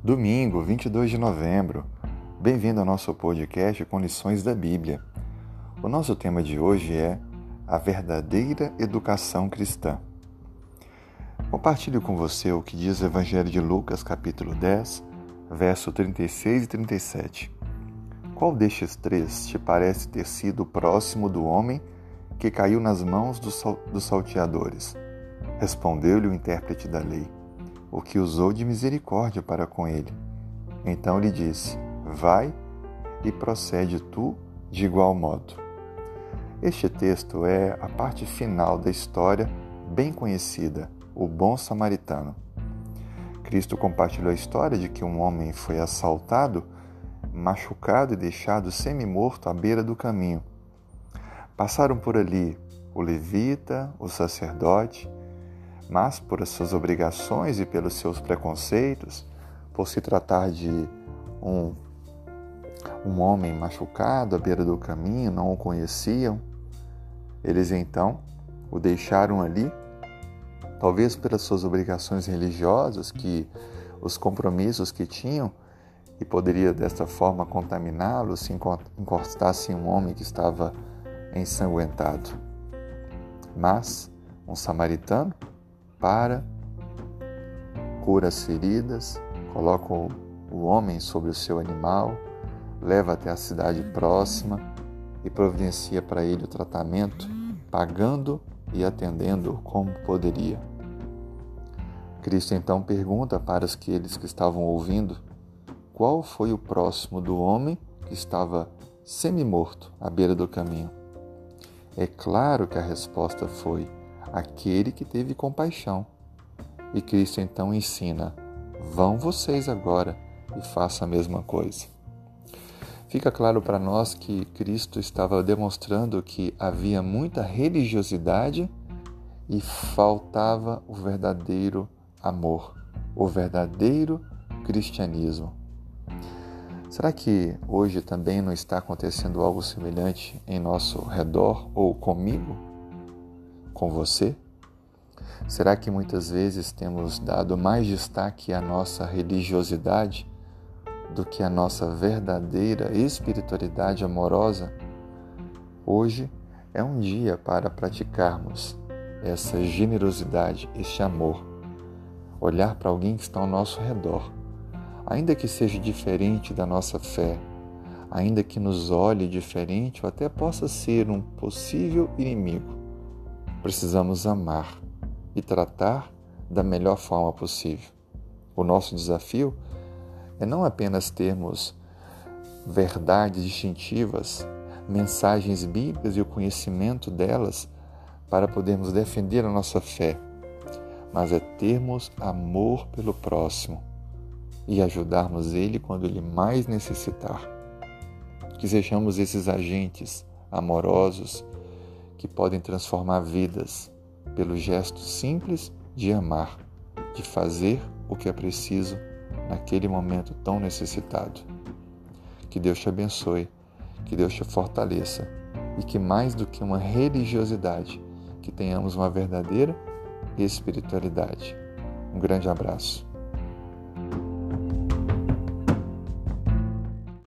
Domingo, 22 de novembro. Bem-vindo ao nosso podcast com lições da Bíblia. O nosso tema de hoje é a verdadeira educação cristã. Compartilho com você o que diz o Evangelho de Lucas, capítulo 10, verso 36 e 37. Qual destes três te parece ter sido próximo do homem que caiu nas mãos dos salteadores? Respondeu-lhe o intérprete da lei, o que usou de misericórdia para com ele. Então lhe disse: vai e procede tu de igual modo. Este texto é a parte final da história bem conhecida, o bom samaritano. Cristo compartilhou a história de que um homem foi assaltado, machucado e deixado semi-morto à beira do caminho. Passaram por ali o levita, o sacerdote, mas por suas obrigações e pelos seus preconceitos, por se tratar de um homem machucado à beira do caminho, não o conheciam, eles então o deixaram ali, talvez pelas suas obrigações religiosas, os compromissos que tinham, e poderia desta forma contaminá-lo se encostasse em um homem que estava ensanguentado. Mas um samaritano cura as feridas, coloca o homem sobre o seu animal, leva até a cidade próxima e providencia para ele o tratamento, pagando e atendendo como poderia. Cristo então pergunta para aqueles que estavam ouvindo qual foi o próximo do homem que estava semi-morto à beira do caminho. É claro que a resposta foi aquele que teve compaixão. E Cristo então ensina: vão vocês agora e façam a mesma coisa. Fica claro para nós que Cristo estava demonstrando que havia muita religiosidade e faltava o verdadeiro amor, o verdadeiro cristianismo. Será que hoje também não está acontecendo algo semelhante em nosso redor ou comigo? Com você? Será que muitas vezes temos dado mais destaque à nossa religiosidade do que à nossa verdadeira espiritualidade amorosa? Hoje é um dia para praticarmos essa generosidade, este amor. Olhar para alguém que está ao nosso redor, ainda que seja diferente da nossa fé, ainda que nos olhe diferente ou até possa ser um possível inimigo. Precisamos amar e tratar da melhor forma possível. O nosso desafio é não apenas termos verdades distintivas, mensagens bíblicas e o conhecimento delas para podermos defender a nossa fé, mas é termos amor pelo próximo e ajudarmos ele quando ele mais necessitar. Que sejamos esses agentes amorosos que podem transformar vidas pelo gesto simples de amar, de fazer o que é preciso naquele momento tão necessitado. Que Deus te abençoe, que Deus te fortaleça e que mais do que uma religiosidade, que tenhamos uma verdadeira espiritualidade. Um grande abraço.